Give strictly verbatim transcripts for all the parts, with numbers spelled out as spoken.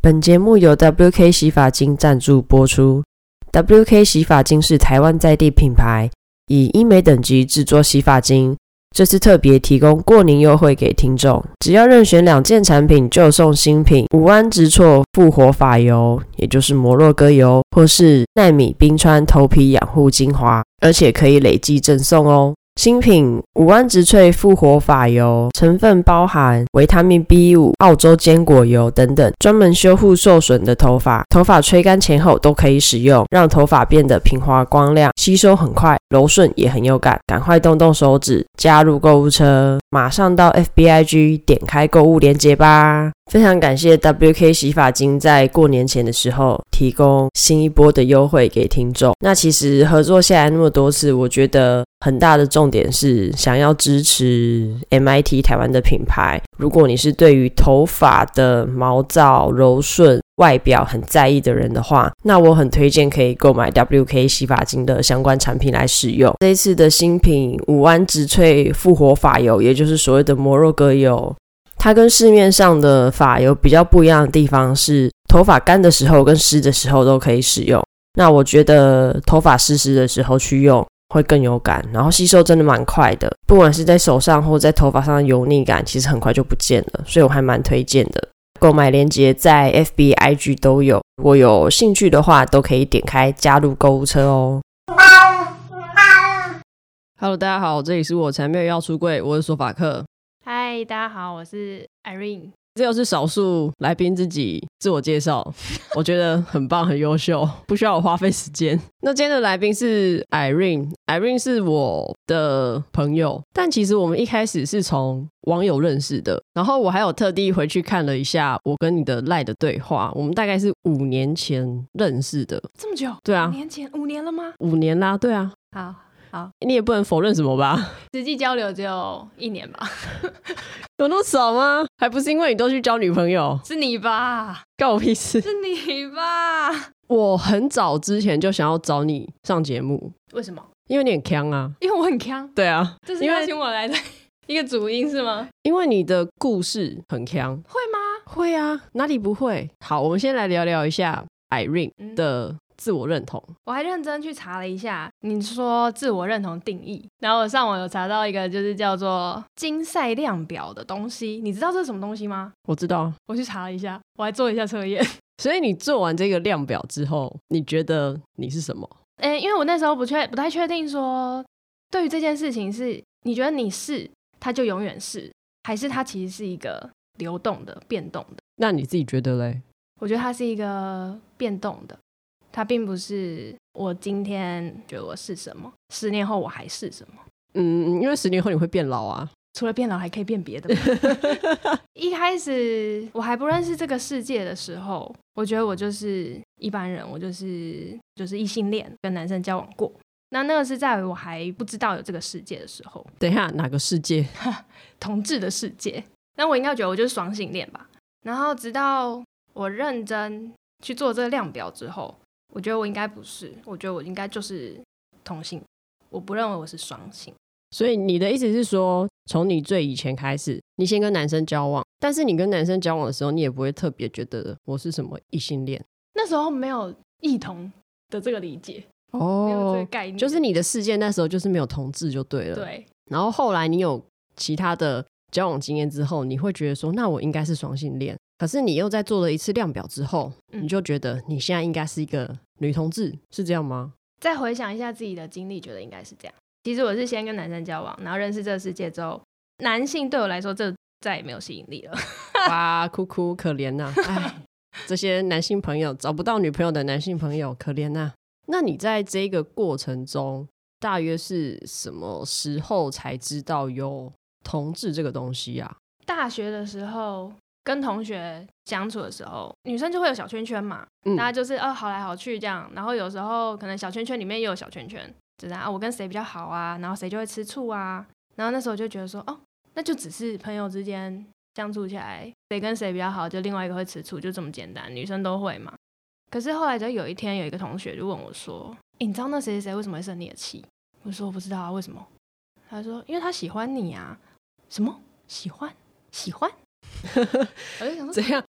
本节目由 W K 洗发精赞助播出。 W K 洗发精是台湾在地品牌，以医美等级制作洗发精，这次特别提供过年优惠给听众，只要任选两件产品就送新品五安植萃复活发油，也就是摩洛哥油，或是奈米冰川头皮养护精华，而且可以累计赠送哦。新品五安植萃复活发油成分包含维他命 B 五、澳洲坚果油等等，专门修护受损的头发，头发吹干前后都可以使用，让头发变得平滑光亮，吸收很快，柔顺也很有感。赶快动动手指加入购物车，马上到 F B I G 点开购物链接吧。非常感谢 W K 洗发精在过年前的时候提供新一波的优惠给听众。那其实合作下来那么多次，我觉得很大的重点是想要支持 M I T 台湾的品牌。如果你是对于头发的毛躁、柔顺、外表很在意的人的话，那我很推荐可以购买 W K 洗发精的相关产品来使用。这一次的新品五安植萃复活发油，也就是所谓的摩洛哥油，它跟市面上的发油比较不一样的地方是，头发干的时候跟湿的时候都可以使用。那我觉得头发湿湿的时候去用会更有感，然后吸收真的蛮快的，不管是在手上或在头发上的油腻感其实很快就不见了，所以我还蛮推荐的。购买链接在 F B I G 都有，如果有兴趣的话都可以点开加入购物车哦。Hello， 大家好，这里是我才没有要出柜，我是索法克。 嗨，大家好，我是 Irene。 这又是少数来宾自己自我介绍，我觉得很棒很优秀，不需要我花费时间。那今天的来宾是 Irene， Irene 是我的朋友，但其实我们一开始是从网友认识的，然后我还有特地回去看了一下我跟你的 LINE 的对话，我们大概是五年前认识的。 这么久？ 对啊， 五年前，五年了吗？ 五年啦，对啊。 好好， 你也不能否认什么吧？ 实际交流只有一年吧。 有那么少吗？还不是因为你都去交女朋友？ 是你吧？ 关我屁事。 是你吧？ 我很早之前就想要找你上节目。 为什么？ 因为你很强啊。 因为我很强。 对啊， 这是邀请我来的一个主因是吗？ 因为你的故事很强。 会吗？ 会啊，哪里不会？好，我们先来聊聊一下 Irene 的自我认同。 我还认真去查了一下你说自我认同定义，然后我上网有查到一个就是叫做金赛量表的东西。你知道这是什么东西吗？ 我知道， 我去查了一下，我还做一下测验。 所以你做完这个量表之后，你觉得你是什么？ 欸、因为我那时候不确不太确定说，对于这件事情是你觉得你是它就永远是，还是它其实是一个流动的变动的。 那你自己觉得嘞？ 我觉得它是一个变动的，它并不是我今天觉得我是什么，十年后我还是什么。 嗯，因为十年后你会变老啊。 除了变老还可以变别的吗？一开始我还不认识这个世界的时候，我觉得我就是一般人，我就是就是异性恋，跟男生交往过。那那个是在于我还不知道有这个世界的时候。 等一下，哪个世界？ 同志的世界。那我应该觉得我就是双性恋吧。然后直到我认真去做这个量表之后，我觉得我应该不是，我觉得我应该就是同性，我不认为我是双性。 所以你的意思是说，从你最以前开始，你先跟男生交往，但是你跟男生交往的时候，你也不会特别觉得我是什么异性恋。 那时候没有异同的这个理解， 哦， 没有这个概念， 就是你的世界那时候就是没有同志就对了。 对。 然后后来你有其他的交往经验之后，你会觉得说，那我应该是双性恋。可是你又在做了一次量表之后， 嗯、 你就觉得你现在应该是一个女同志，是这样吗？ 再回想一下自己的经历，觉得应该是这样。其实我是先跟男生交往，然后认识这个世界之后，男性对我来说这再也没有吸引力了。 哇，哭哭可怜呐、啊！哎，这些男性朋友找不到女朋友的男性朋友可怜呐、啊。那你在这个过程中，大约是什么时候才知道有同志这个东西啊？ 大学的时候跟同学相处的时候，女生就会有小圈圈嘛， 嗯、 大家就是哦好来好去这样，然后有时候可能小圈圈里面也有小圈圈，就是啊我跟谁比较好啊，然后谁就会吃醋啊，然后那时候就觉得说哦那就只是朋友之间相处起来，谁跟谁比较好，就另外一个会吃醋，就这么简单，女生都会嘛。可是后来就有一天有一个同学就问我说，欸，你知道那谁谁谁为什么会生你的气？我说我不知道啊，为什么？他说因为他喜欢你啊。什么喜欢喜欢？我就想说怎样？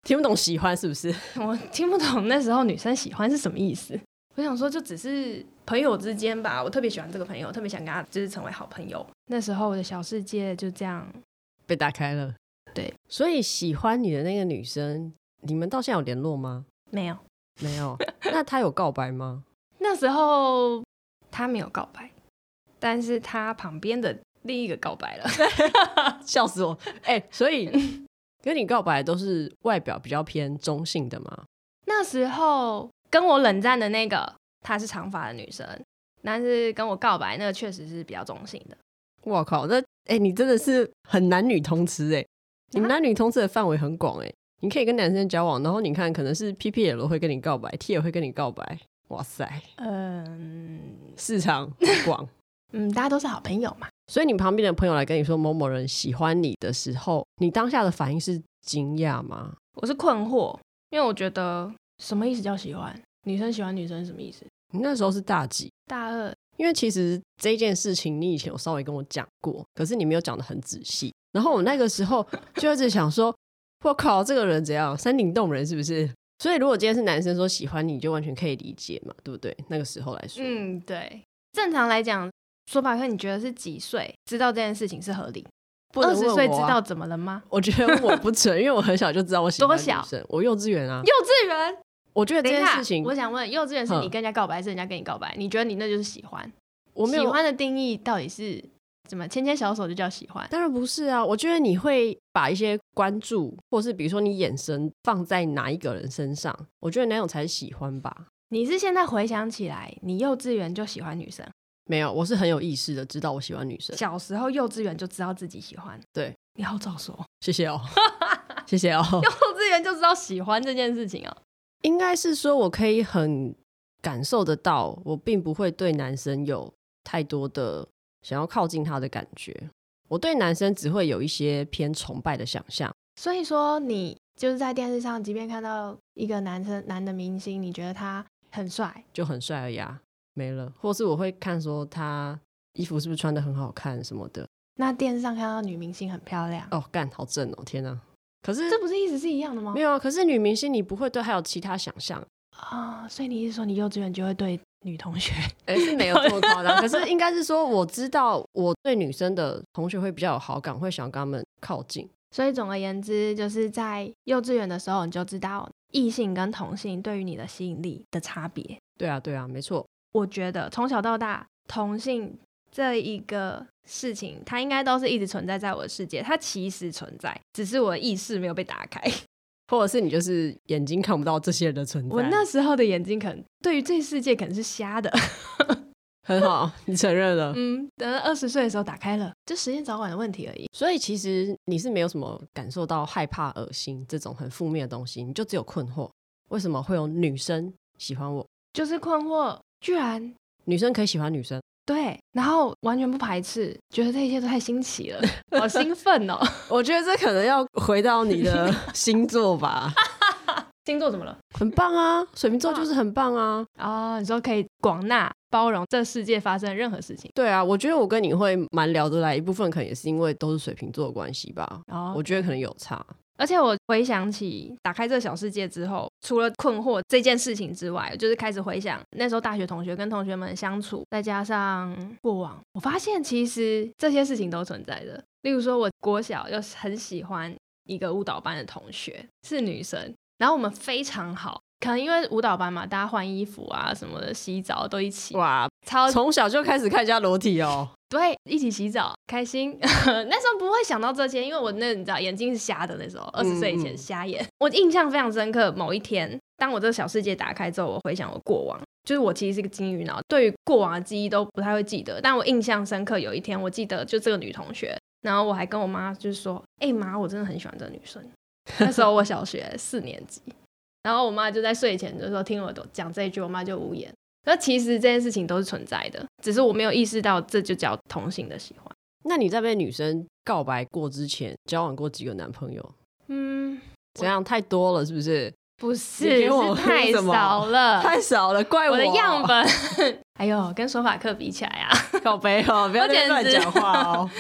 听不懂喜欢是不是？ 我听不懂那时候女生喜欢是什么意思。我想说就只是朋友之间吧，我特别喜欢这个朋友，特别想跟他就是成为好朋友。那时候我的小世界就这样被打开了。 对， 所以喜欢你的那个女生，你们到现在有联络吗？ 没有。 没有。那她有告白吗？ 那时候她没有告白，但是她旁边的另一个告白了。 笑死我。哎、欸，所以跟你告白都是外表比较偏中性的吗？ 那时候跟我冷战的那个她是长发的女生，但是跟我告白那个确实是比较中性的。 哇靠，那哎、欸，你真的是很男女通吃哎、欸，你们男女通吃的范围很广哎、欸，你可以跟男生交往，然后你看可能是 P P L 会跟你告白 ，T 也会跟你告白，哇塞， 嗯， 市场很广。 嗯，大家都是好朋友嘛。 所以你旁边的朋友来跟你说某某人喜欢你的时候，你当下的反应是惊讶吗？ 我是困惑，因为我觉得什么意思叫喜欢？女生喜欢女生是什么意思？ 你那时候是大几？ 大二。 因为其实这件事情你以前有稍微跟我讲过，可是你没有讲得很仔细，然后我那个时候就一直想说我靠，这个人怎样山顶洞人是不是？所以如果今天是男生说喜欢你，就完全可以理解嘛，对不对？那个时候来说， 嗯，对。正常来讲，说白了，你觉得是几岁知道这件事情是合理？二十岁知道怎么了吗？ 我觉得我不准，因为我很小就知道我喜欢女生。多小？我幼稚园啊。 幼稚园？ 我觉得这件事情， 我想问，幼稚园是你跟人家告白，是人家跟你告白？你觉得你那就是喜欢？ 我没有。 喜欢的定义到底是怎么？牵牵小手就叫喜欢？ 当然不是啊！我觉得你会把一些关注，或是比如说你眼神放在哪一个人身上，我觉得那种才是喜欢吧。 你是现在回想起来，你幼稚园就喜欢女生？ 没有，我是很有意识的知道我喜欢女生。 小时候幼稚园就知道自己喜欢？ 对。 你好早熟。 谢谢哦。谢谢哦。 幼稚园就知道喜欢这件事情哦。 应该是说我可以很感受得到，我并不会对男生有太多的想要靠近他的感觉，我对男生只会有一些偏崇拜的想象。 所以说你就是在电视上即便看到一个男生男的明星，你觉得他很帅就很帅而已啊，没了。或是我会看说他衣服是不是穿得很好看什么的。 那电视上看到女明星很漂亮， 哦干好正哦，天哪。可是这不是意思是一样的吗？ 没有啊，可是女明星你不会对还有其他想象啊、哦，所以你是说你幼稚园就会对女同学？ 哎、欸，是没有这么夸张。可是应该是说我知道我对女生的同学会比较有好感，会想跟他们靠近。 所以总而言之，就是在幼稚园的时候你就知道异性跟同性对于你的吸引力的差别。 对啊对啊，没错。 我觉得从小到大同性这一个事情它应该都是一直存在在我的世界，它其实存在，只是我的意识没有被打开， 或者是你就是眼睛看不到这些人的存在。 我那时候的眼睛可能对于这世界可能是瞎的。 很好，你承认了。 嗯，等到二十岁的时候打开了，就时间早晚的问题而已。 所以其实你是没有什么感受到害怕恶心这种很负面的东西，你就只有困惑为什么会有女生喜欢我， 就是困惑居然女生可以喜欢女生。 对，然后完全不排斥，觉得这一切都太新奇了，好兴奋哦。 我觉得这可能要回到你的星座吧。 星座怎么了？ 很棒啊，水瓶座就是很棒啊。 哦，你说可以广纳包容这世界发生的任何事情。 对啊，我觉得我跟你会蛮聊得来，一部分可能也是因为都是水瓶座的关系吧。哦，我觉得可能有差。 而且我回想起打开这个小世界之后，除了困惑这件事情之外，就是开始回想那时候大学同学跟同学们相处，再加上过往，我发现其实这些事情都存在的。例如说我国小又很喜欢一个舞蹈班的同学，是女生，然后我们非常好，可能因为舞蹈班嘛，大家换衣服啊什么的，洗澡都一起。哇，超从小就开始看人家裸体哦。 对，一起洗澡开心。那时候不会想到这些，因为我那你知道眼睛是瞎的，那时候二十岁以前瞎眼、嗯、我印象非常深刻，某一天当我这个小世界打开之后，我回想我过往，就是我其实是一个金鱼脑，对于过往的记忆都不太会记得，但我印象深刻，有一天我记得就这个女同学，然后我还跟我妈就是说，哎、欸、妈，我真的很喜欢这个女生。那时候我小学四年级，然后我妈就在睡前就说听我讲这一句，我妈就无言。那其实这件事情都是存在的，只是我没有意识到这就叫同性的喜欢。 那你在被女生告白过之前交往过几个男朋友？嗯，怎样太多了是不是？ 不是，是太少了， 太少了，怪我。 我的样本哎呦跟说法课比起来啊， 靠北哦，不要再乱讲话哦。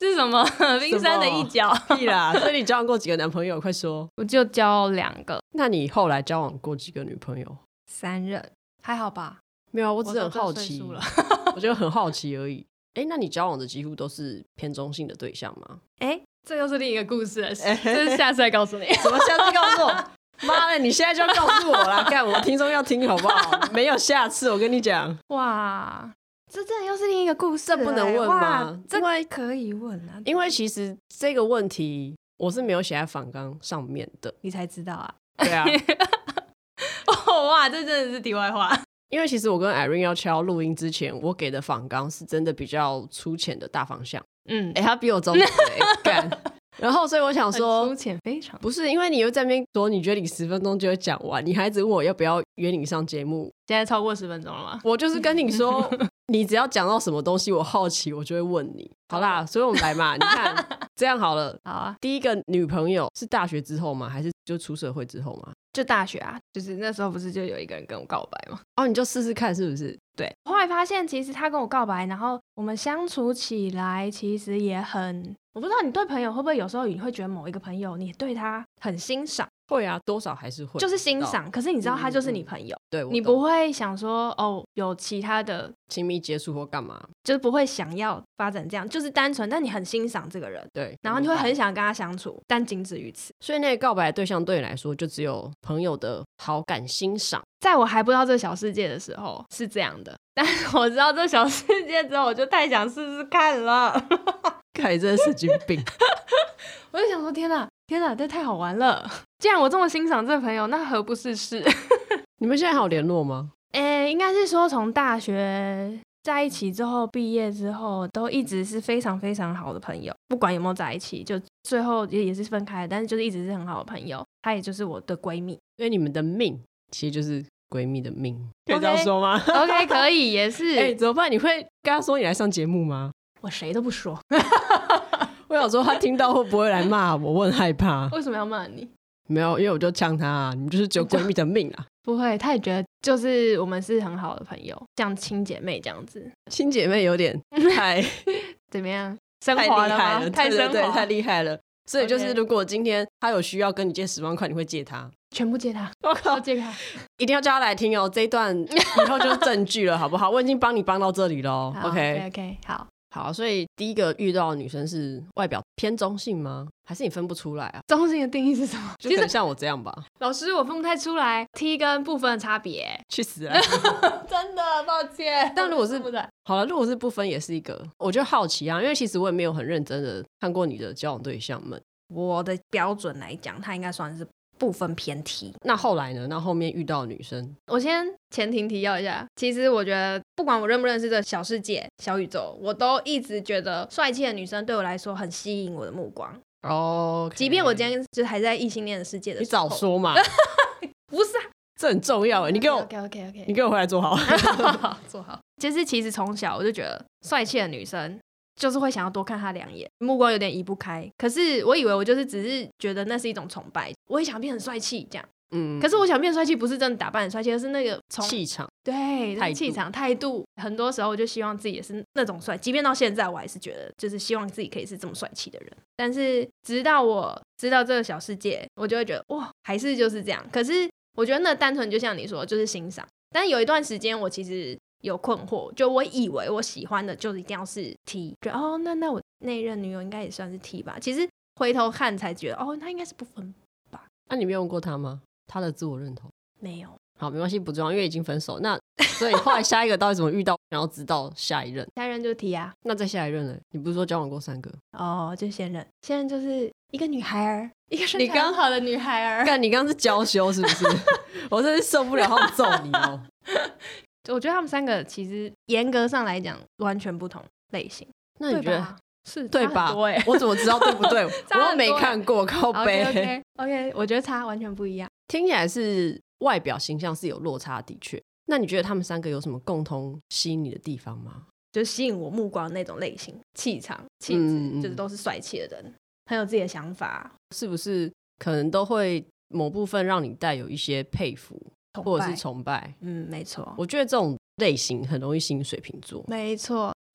这是什么冰山的一角？ 屁啦！所以你交往过几个男朋友？快说。 我就交两个。 那你后来交往过几个女朋友？ 三任，还好吧？ 没有啊，我只是很好奇， 我, 我觉得很好奇而已。哎，那你交往的几乎都是偏中性的对象吗？ 哎，这又是另一个故事了，这是下次再告诉你。 什么下次告诉我？妈的，你现在就要告诉我啦！干，我听众要听好不好？没有下次，我跟你讲。 哇，这真的又是另一个故事， 这不能问吗？ 因为可以问啊。 因为其实这个问题我是没有写在访纲上面的， 你才知道啊？ 对啊。 哦哇，这真的是题外话。 因为其实我跟 Irene 要敲录音之前，我给的访纲是真的比较粗浅的大方向。嗯，哎、欸，他比我中肯哎，干。然后所以我想说， 粗浅非常不是，因为你又在那边说你觉得你十分钟就会讲完，你还一直问我要不要约你上节目。 现在超过十分钟了吗？ 我就是跟你说，你只要讲到什么东西我好奇，我就会问你。好啦，所以我们来嘛，你看这样好了。 好啊。 第一个女朋友是大学之后吗？还是就出社会之后吗？ 就大学啊，就是那时候不是就有一个人跟我告白吗？ 哦，你就试试看是不是？ 对，后来发现其实他跟我告白，然后我们相处起来其实也很，我不知道你对朋友会不会有时候你会觉得某一个朋友你对他很欣赏。 会啊，多少还是会， 就是欣赏，可是你知道他就是你朋友， 嗯嗯嗯对， 你不会想说哦有其他的亲密接触或干嘛， 就是不会想要发展这样，就是单纯但你很欣赏这个人， 对， 然后你会很想跟他相处，但仅止于此。 所以那个告白的对象对你来说就只有朋友的好感欣赏。 在我还不知道这个小世界的时候是这样的，但是我知道这小世界之后我就太想试试看了。 看你真的神经病。 我就想说天哪天哪，这太好玩了，既然我这么欣赏这个朋友，那何不试试。 你们现在还有联络吗？ 诶，应该是说从大学在一起之后，毕业之后都一直是非常非常好的朋友，不管有没有在一起，就最后也也是分开，但是就是一直是很好的朋友。她也就是我的闺蜜， 因为你们的命其实就是闺蜜的命，可以这样说吗？ OK, okay 可以，也是。 哎、欸，怎么办？你会跟他说你来上节目吗？ 我谁都不说。 我想说他听到会不会来骂我，我很害怕。 为什么要骂你？ 没有，因为我就呛他啊，你们就是只有闺蜜的命啊。 不会，他也觉得就是我们是很好的朋友，像亲姐妹这样子。 亲姐妹有点太怎么样？升华了吗？ 太厉害了， 太升华， 对对对，太厉害了。所以就是如果今天他有需要跟你借十万块，你会借他？ 全部借他。 我靠， 借他， 一定要叫他来听哦，这一段以后就是证据了好不好？我已经帮你帮到这里了。 OK OK 好好，所以第一个遇到的女生是外表偏中性吗？还是你分不出来啊？ 中性的定义是什么？ 就可能像我这样吧。 老师，我分不太出来 T 跟不分的差别。 去死啊！ 真的抱歉。 但如果是好了，如果是不分也是一个，我就好奇啊，因为其实我也没有很认真的看过你的交往对象们。 我的标准来讲，他应该算是部分偏 T。 那后来呢？那后面遇到的女生， 我先前庭提要一下，其实我觉得不管我认不认识这小世界小宇宙，我都一直觉得帅气的女生对我来说很吸引我的目光哦、okay 即便我今天就还在异性恋的世界的时候。 你早说嘛。 不是啊， 这很重要。你给我 OK OK OK， 你给我回来坐好。 坐好。就是其实从小我就觉得帅气的女生就是会想要多看她两眼，目光有点移不开。可是我以为我就是只是觉得那是一种崇拜，我也想变很帅气这样。嗯，可是我想变帅气不是真的打扮很帅气，而是那个气场， 对，气场态度。很多时候我就希望自己也是那种帅，即便到现在我还是觉得就是希望自己可以是这么帅气的人。但是直到我知道这个小世界，我就会觉得哇，还是就是这样。可是我觉得那单纯就像你说就是欣赏，但有一段时间我其实有困惑，就我以为我喜欢的就一定要是 T， 觉得哦那那我那一任女友应该也算是 T 吧。其实回头看才觉得哦那应该是不分吧。 那、啊、你没有问过他吗？他的自我认同没有。 好，没关系，不重要，因为已经分手。那所以后来下一个到底怎么遇到，然后直到下一任？ 下一任就是 T 啊。 那再下一任呢？你不是说交往过三个？ 哦，就现任。现任就是一个女孩儿，一个身材很好的女孩儿。 干，你刚刚是娇羞是不是？我真是受不了，好想揍你哦。 我觉得他们三个其实严格上来讲完全不同类型。 那你觉得是对吧？ 欸、 我怎么知道对不对？我又没看过，靠背。 OK OK， 我觉得差完全不一样。 听起来是外表形象是有落差，的确。那你觉得他们三个有什么共同吸引你的地方吗？ 就吸引我目光的那种类型，气场、气质、嗯，就是都是帅气的人，很有自己的想法。 是不是可能都会某部分让你带有一些佩服或者是崇拜？ 嗯，没错。 我觉得这种类型很容易吸引水瓶座。 没错。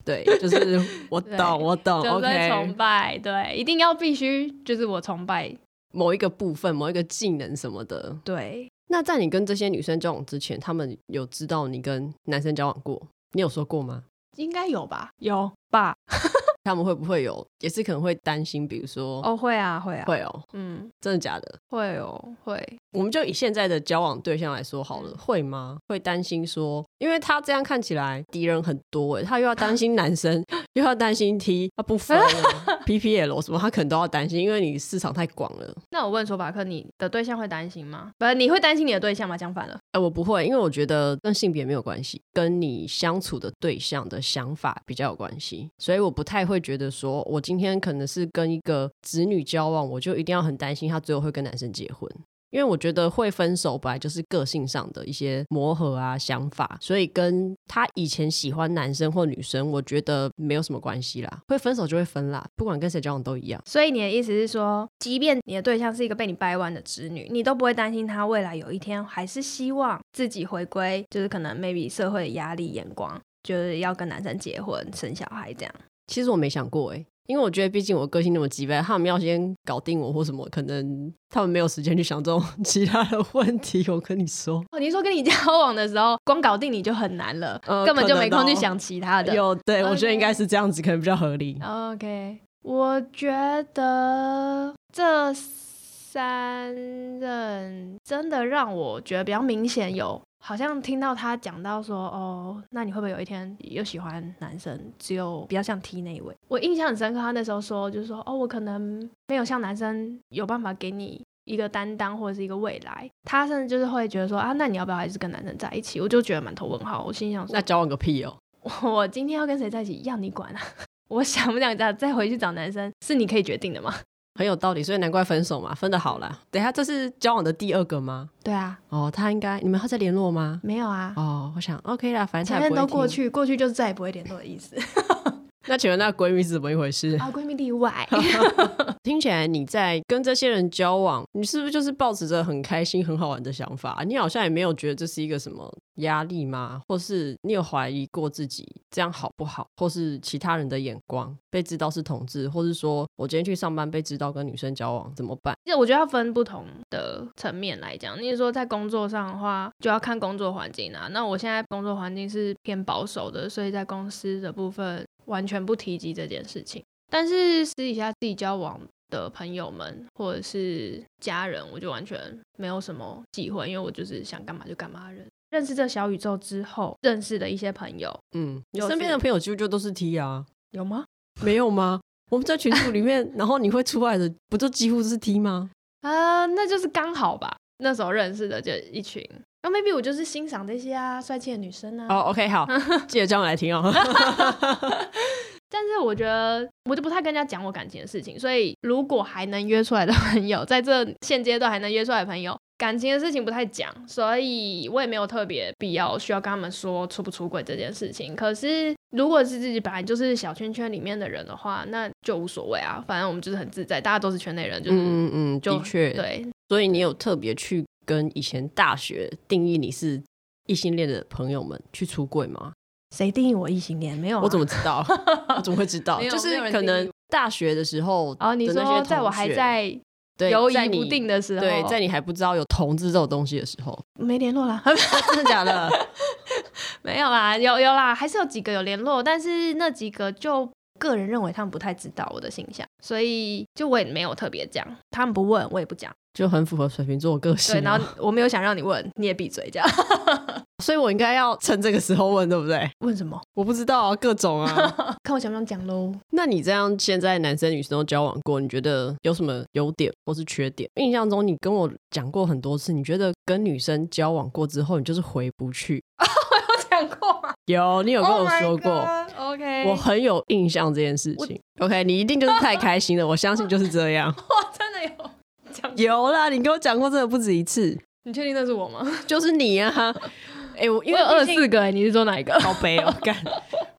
对，就是我懂我懂就是在崇 OK 拜，对，一定要必须就是我崇拜某一个部分某一个技能什么的。 对。 那在你跟这些女生交往之前，他们有知道你跟男生交往过？你有说过吗？ 应该有吧，有吧。 他们会不会有也是可能会担心，比如说哦，会啊会啊会哦， 嗯， 真的假的？ 会哦会。 我们就以现在的交往对象来说好了， 嗯会吗？会担心说，因为他这样看起来敌人很多耶，他又要担心男生又要担心 T 他不分P P L 什么他可能都要担心，因为你市场太广了。 那我问说法克，你的对象会担心吗？不是，你会担心你的对象吗？相反了。 哎、我不会，因为我觉得跟性别没有关系，跟你相处的对象的想法比较有关系，所以我不太会觉得说我今天可能是跟一个直女交往，我就一定要很担心他最后会跟男生结婚。因为我觉得会分手本来就是个性上的一些磨合啊想法，所以跟他以前喜欢男生或女生我觉得没有什么关系啦，会分手就会分啦，不管跟谁交往都一样。 所以你的意思是说，即便你的对象是一个被你掰弯的直女，你都不会担心他未来有一天还是希望自己回归，就是可能 maybe 社会的压力眼光，就是要跟男生结婚生小孩这样。 其实我没想过欸，因为我觉得毕竟我个性那么鸡掰，他们要先搞定我或什么，可能他们没有时间去想这种其他的问题。我跟你说哦，你说跟你交往的时候光搞定你就很难了， 呃根本就没空可能哦去想其他的。 有对 OK 我觉得应该是这样子，可能比较合理。 OK， 我觉得这三任真的让我觉得比较明显有，好像听到他讲到说，哦，那你会不会有一天又喜欢男生，只有比较像 T 那一位？我印象很深刻，他那时候说，就是说，哦，我可能没有像男生有办法给你一个担当或者是一个未来，他甚至就是会觉得说，啊，那你要不要还是跟男生在一起？我就觉得满头问号，我心想说， 那交往个屁哦。 我今天要跟谁在一起，要你管啊！我想不想再再回去找男生，是你可以决定的吗？ 很有道理，所以难怪分手嘛，分得好啦。等一下，这是交往的第二个吗？ 对啊， 哦，他应该你们还在联络吗？ 没有啊， 哦，我想 OK 啦，反正前面他也不会听。 都过去，过去就是再也不会联络的意思。 那请问那闺蜜是怎么一回事？ 啊，闺蜜例外。 听起来你在跟这些人交往，你是不是就是抱持着很开心很好玩的想法？你好像也没有觉得这是一个什么压力吗？或是你有怀疑过自己这样好不好，或是其他人的眼光，被知道是同志，或是说我今天去上班被知道跟女生交往怎么办？ 其实我觉得要分不同的层面来讲，你是说在工作上的话，就要看工作环境啊。那我现在工作环境是偏保守的，所以在公司的部分完全不提及这件事情。但是私底下自己交往的朋友们或者是家人，我就完全没有什么忌讳，因为我就是想干嘛就干嘛的人。认识这小宇宙之后，认识的一些朋友， 嗯，你就是身边的朋友几乎就都是 T 啊， 有吗？ 没有吗？我们在群组里面，然后你会出来的，不就几乎是 T 吗？ 啊、那就是刚好吧。那时候认识的就一群，然后 maybe 我就是欣赏这些啊帅气的女生啊。 哦、oh, ，OK， 好，记得叫我来听哦。 但是我觉得我就不太跟人家讲我感情的事情，所以如果还能约出来的朋友，在这现阶段还能约出来的朋友，感情的事情不太讲，所以我也没有特别必要需要跟他们说出不出轨这件事情。可是如果是自己本来就是小圈圈里面的人的话，那就无所谓啊，反正我们就是很自在，大家都是圈内人，就是嗯嗯， 就的确， 对。 所以你有特别去跟以前大学定义你是异性恋的朋友们去出柜吗？ 谁定义我异性恋？没有、啊， 我怎么知道？我怎么会知道？ 没有就是没有人可能定义我大学的时候哦，你的那些同说在我还学在对犹疑不在你定的时候， 对，在你还不知道有同志这种东西的时候， 没联络啦。 真的假的？ 没有啦，有有啦，还是有几个有联络，但是那几个就个人认为他们不太知道我的形象，所以就我也没有特别讲，他们不问我也不讲， 就很符合水瓶座的个性、啊。 对，然后我没有想让你问，你也闭嘴这样。 所以我应该要趁这个时候问，对不对？ 问什么？ 我不知道啊，各种啊。 看我想不想讲喽。 那你这样现在男生女生都交往过，你觉得有什么优点或是缺点？印象中你跟我讲过很多次，你觉得跟女生交往过之后，你就是回不去。 我有讲过吗？ 有，你有跟我说过。 Oh OK， 我很有印象这件事情。OK， 你一定就是太开心了，我相信就是这样。 我真的有讲过。 有啦，你跟我讲过真的不止一次。 你确定那是我吗？ 就是你啊。哎、欸，我因我有二为毕竟四个、欸，你是说哪一个？ 好悲哦，干。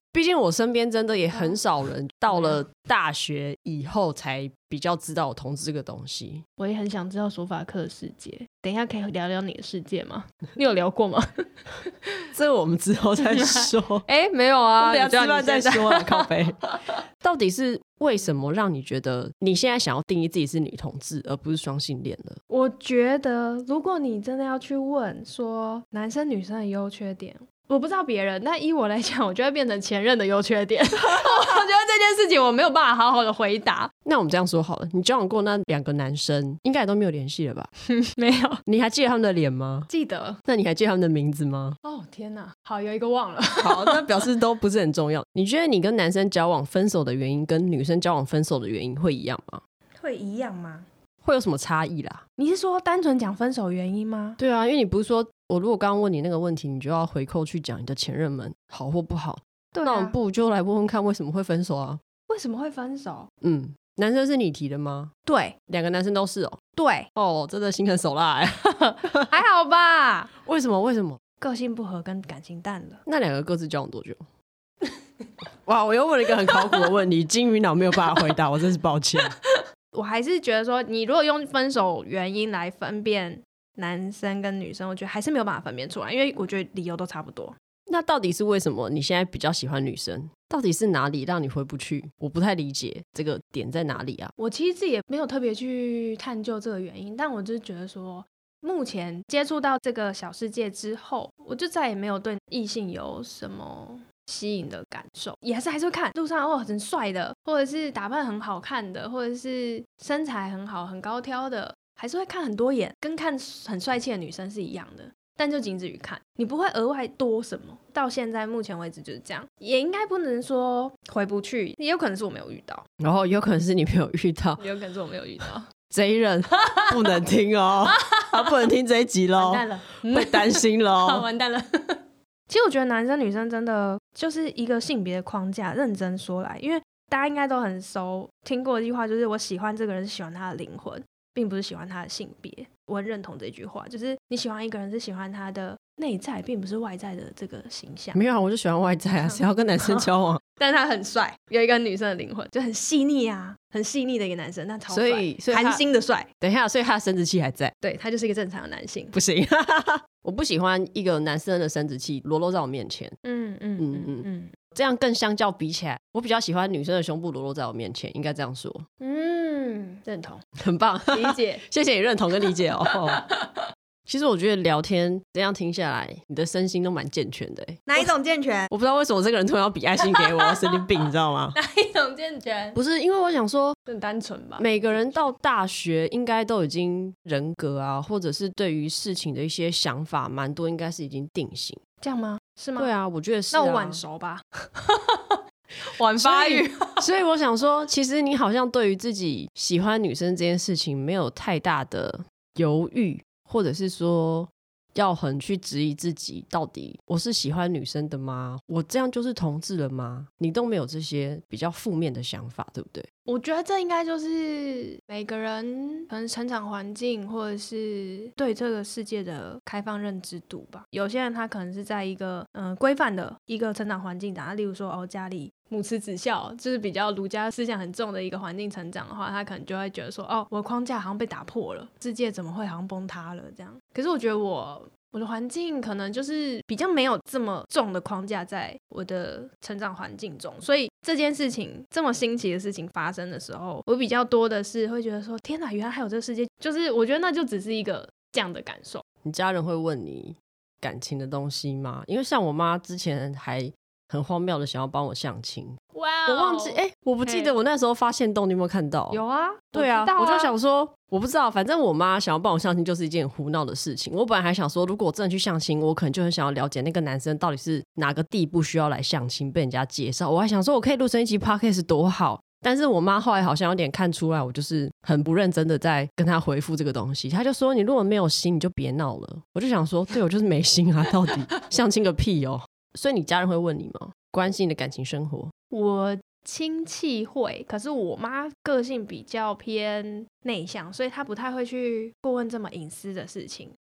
毕竟我身边真的也很少人到了大学以后才比较知道有同志这个东西。 我也很想知道说法课的世界，等一下可以聊聊你的世界吗？你有聊过吗？ 这个我们之后再说。 哎、没有啊， 我们等一下吃饭再说了，靠背。 北。到底是为什么让你觉得你现在想要定义自己是女同志，而不是双性恋呢？ 我觉得，如果你真的要去问说男生女生的优缺点，我不知道别人，但依我来讲，我就会变成前任的优缺点。我觉得这件事情我没有办法好好的回答。 那我们这样说好了，你交往过那两个男生，应该也都没有联系了吧？ 没有。 你还记得他们的脸吗？ 记得。 那你还记得他们的名字吗？ 哦天哪，好，有一个忘了。 好，那表示都不是很重要。你觉得你跟男生交往分手的原因跟女生交往分手的原因会一样吗？ 会一样吗？ 会有什么差异啦？ 你是说单纯讲分手原因吗？ 对啊，因为你不是说我如果刚刚问你那个问题，你就要回扣去讲你的前任们好或不好。 对啊， 那我们不如就来问问看为什么会分手啊？ 为什么会分手？ 嗯，男生是你提的吗？ 对， 两个男生都是哦。 对。 哦，真的心狠手辣哎。 还好吧？ 为什么？为什么？ 个性不合跟感情淡了。 那两个各自交往多久？哇，我又问了一个很考古的问题，金鱼脑没有办法回答，我真是抱歉。 我还是觉得说，你如果用分手原因来分辨男生跟女生，我觉得还是没有办法分辨出来，因为我觉得理由都差不多。 那到底是为什么你现在比较喜欢女生？到底是哪里让你回不去？我不太理解这个点在哪里啊。 我其实自己也没有特别去探究这个原因，但我就是觉得说，目前接触到这个小世界之后，我就再也没有对异性有什么吸引的感受，也还是还是会看路上哦很帅的，或者是打扮很好看的，或者是身材很好很高挑的，还是会看很多眼，跟看很帅气的女生是一样的，但就仅止于看，你不会额外多什么。到现在目前为止就是这样，也应该不能说回不去，也有可能是我没有遇到， 然后有可能是你没有遇到， 也有可能是我没有遇到。 这一任不能听哦，他不能听这一集咯， 完蛋了， 会担心咯。 完蛋了。其实我觉得男生女生真的就是一个性别的框架，认真说来，因为大家应该都很熟听过一句话，就是我喜欢这个人是喜欢他的灵魂，并不是喜欢他的性别。我很认同这句话，就是你喜欢一个人是喜欢他的内在，并不是外在的这个形象。 没有啊，我就喜欢外在啊，谁要跟男生交往？ 但是他很帅，有一个女生的灵魂，就很细腻啊，很细腻的一个男生，那超帅， 所以所以他韩星的帅。 等一下，所以他的生殖器还在？ 对，他就是一个正常的男性。 不行，我不喜欢一个男生的生殖器裸露在我面前。 嗯嗯嗯嗯嗯， 这样更相较比起来，我比较喜欢女生的胸部裸露在我面前，应该这样说。 嗯，认同， 很棒， 理解。 谢谢你认同跟理解哦。其实我觉得聊天这样听下来，你的身心都蛮健全的。 哪一种健全？ 我不知道为什么这个人突然要比爱心给我，神经病，你知道吗？ 哪一种健全？ 不是，因为我想说， 更单纯吧。 每个人到大学应该都已经人格啊，或者是对于事情的一些想法，蛮多应该是已经定型。 这样吗？是吗？ 对啊，我觉得是、啊。 那我晚熟吧。晚发育。 所以，所以我想说，其实你好像对于自己喜欢女生这件事情没有太大的犹豫，或者是说要很去质疑自己，到底我是喜欢女生的吗？我这样就是同志了吗？你都没有这些比较负面的想法，对不对？ 我觉得这应该就是每个人可能成长环境或者是对这个世界的开放认知度吧。有些人他可能是在一个嗯规范的一个成长环境长大，例如说哦家里母慈子孝，就是比较儒家思想很重的一个环境成长的话，他可能就会觉得说哦我的框架好像被打破了，世界怎么会好像崩塌了这样。可是我觉得我我的环境可能就是比较没有这么重的框架在我的成长环境中，所以这件事情这么新奇的事情发生的时候，我比较多的是会觉得说天哪，原来还有这个世界，就是我觉得那就只是一个这样的感受。 你家人会问你感情的东西吗？因为像我妈之前还很荒谬的想要帮我相亲。 哇、 wow ，我忘记哎、欸，我不记得我那时候发现动，你有没有看到？ 有啊， 对啊， 我知道啊， 我就想说，我不知道，反正我妈想要帮我相亲就是一件很胡闹的事情。我本来还想说，如果我真的去相亲，我可能就很想要了解那个男生到底是哪个地步需要来相亲，被人家介绍。我还想说，我可以录成一集 podcast 多好。但是我妈后来好像有点看出来，我就是很不认真的在跟她回复这个东西。她就说：“你如果没有心，你就别闹了。”我就想说，对我就是没心啊，到底相亲个屁哦！所以你家人会问你吗？关心你的感情生活？ 我亲戚会，可是我妈个性比较偏内向，所以她不太会去过问这么隐私的事情。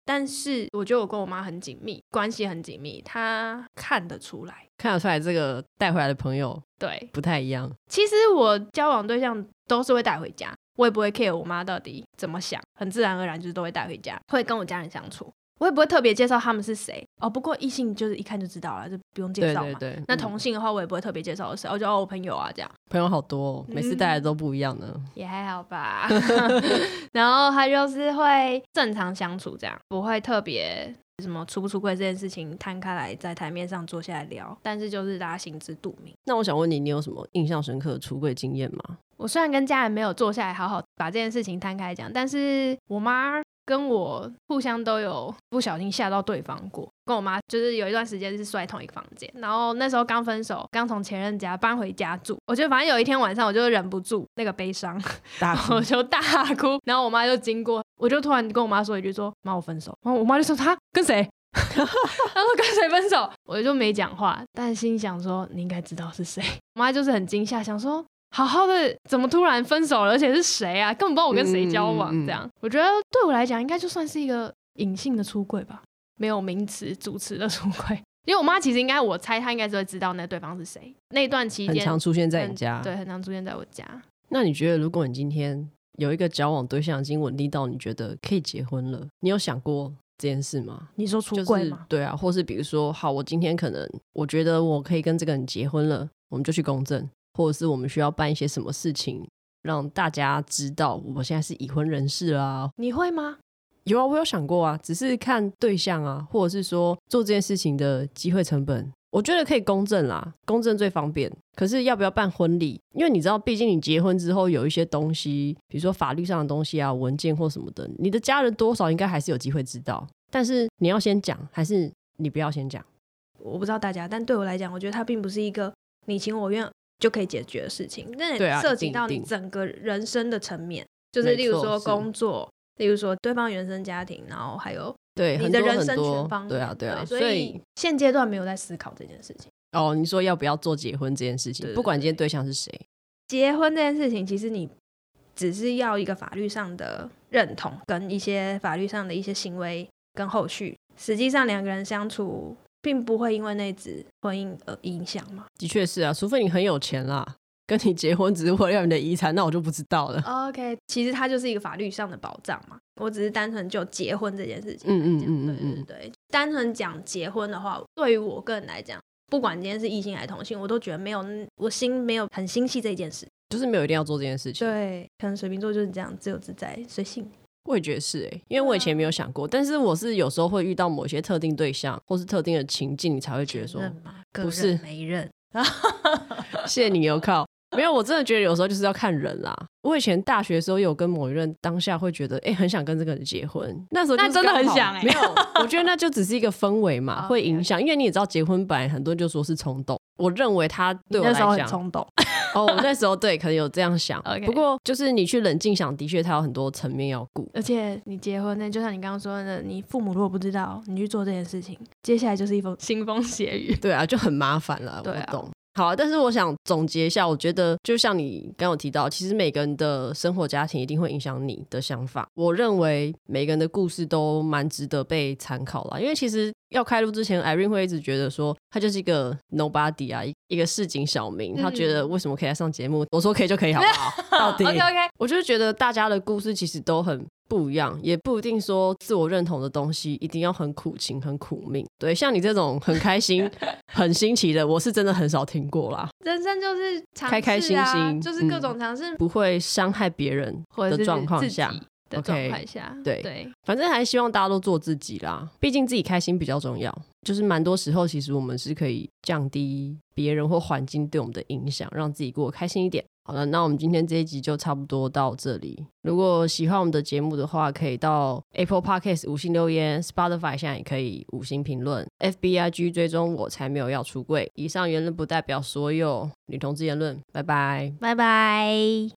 但是我觉得我跟我妈很紧密，关系很紧密，她看得出来， 看得出来这个带回来的朋友对， 不太一样。 其实我交往对象都是会带回家，我也不会 care 我妈到底怎么想，很自然而然就是都会带回家，会跟我家人相处，我也不会特别介绍他们是谁哦。不过异性就是一看就知道了，就不用介绍嘛。 对对对， 那同性的话，我也不会特别介绍谁，我就哦我朋友啊这样。 朋友好多、哦，每次带来都不一样呢、嗯。 也还好吧。然后他就是会正常相处，这样不会特别什么出不出柜这件事情摊开来在台面上坐下来聊，但是就是大家心知肚明。 那我想问你，你有什么印象深刻的出柜经验吗？ 我虽然跟家人没有坐下来好好把这件事情摊开讲，但是我妈跟我互相都有不小心吓到对方过。跟我妈就是有一段时间是睡同一个房间，然后那时候刚分手，刚从前任家搬回家住，我觉得反正有一天晚上我就忍不住那个悲伤， 大哭我就大哭，然后我妈就经过，我就突然跟我妈说一句说妈我分手，然后我妈就说她跟谁？她说跟谁分手？我就没讲话，但心想说你应该知道是谁。我妈就是很惊吓，想说好好的怎么突然分手了，而且是谁啊，根本不知道我跟谁交往、嗯、这样。我觉得对我来讲应该就算是一个隐性的出柜吧，没有名词主词的出柜。因为我妈其实应该，我猜她应该是会知道那对方是谁。那段期间很常出现在你家， 对，很常出现在我家。 那你觉得如果你今天有一个交往对象已经稳定到你觉得可以结婚了，你有想过这件事吗？ 你说出柜吗、 就是、对啊，或是比如说好，我今天可能我觉得我可以跟这个人结婚了，我们就去公证，或者是我们需要办一些什么事情让大家知道我现在是已婚人士啦。 你会吗？ 有啊，我有想过啊，只是看对象啊，或者是说做这件事情的机会成本，我觉得可以公证啦，公证最方便。可是要不要办婚礼？因为你知道毕竟你结婚之后有一些东西，比如说法律上的东西啊，文件或什么的，你的家人多少应该还是有机会知道，但是你要先讲还是你不要先讲？ 我不知道大家，但对我来讲，我觉得它并不是一个你情我愿就可以解决的事情，那涉及到你整个人生的层面、啊、就是例如说工作，例如说对方原生家庭，然后还有对你的人生全方面。 对啊对啊， 所以现阶段没有在思考这件事情。 哦，你说要不要做结婚这件事情，对对对，不管今天对象是谁， 结婚这件事情其实你只是要一个法律上的认同跟一些法律上的一些行为跟后续，实际上两个人相处并不会因为那纸婚姻而影响嘛。 的确是啊，除非你很有钱啦，跟你结婚只是为了要你的遗产，那我就不知道了。 OK， 其实它就是一个法律上的保障嘛，我只是单纯就结婚这件事情。 嗯嗯嗯嗯对对对，单纯讲结婚的话，对于我个人来讲，不管今天是异性还是同性，我都觉得没有，我心没有很心系这一件事， 就是没有一定要做这件事情。 对，可能水瓶座就是这样，自由自在随性。 我也觉得是欸，因为我以前没有想过、啊、但是我是有时候会遇到某些特定对象或是特定的情境，你才会觉得说不是没认谢谢你有靠没有，我真的觉得有时候就是要看人啦。我以前大学的时候有跟某一任当下会觉得哎、欸，很想跟这个人结婚，那时候就是那真的很想哎、欸， 没有，我觉得那就只是一个氛围嘛会影响，因为你也知道结婚本来很多人就说是冲动，我认为他对我来讲那时候很冲动哦，我那时候对可能有这样想 okay. 不过就是你去冷静想，的确他有很多层面要顾， 而且你结婚呢，就像你刚刚说的，你父母如果不知道你去做这件事情，接下来就是一封腥风血雨。 对啊，就很麻烦了。 对啊， 我懂。好啊，但是我想总结一下，我觉得就像你刚刚有提到，其实每个人的生活家庭一定会影响你的想法。我认为每个人的故事都蛮值得被参考啦，因为其实要开录之前 Irene 会一直觉得说他就是一个 nobody 啊，一个市井小民、嗯、他觉得为什么可以来上节目，我说可以就可以好不好到底 OK OK， 我就觉得大家的故事其实都很不一样，也不一定说自我认同的东西一定要很苦情很苦命。对，像你这种很开心很新奇的，我是真的很少听过啦。 人生就是尝试啊， 开开心心， 就是各种尝试、 嗯、不会伤害别人的状况下的状态下、 okay, 对对， 反正还是希望大家都做自己啦，毕竟自己开心比较重要。就是蛮多时候其实我们是可以降低别人或环境对我们的影响，让自己过得开心一点。好了，那我们今天这一集就差不多到这里。如果喜欢我们的节目的话，可以到 Apple Podcast 五星留言， Spotify 现在也可以五星评论， F B I G 追踪我才没有要出柜。以上言论不代表所有女同志言论。拜拜， 拜拜。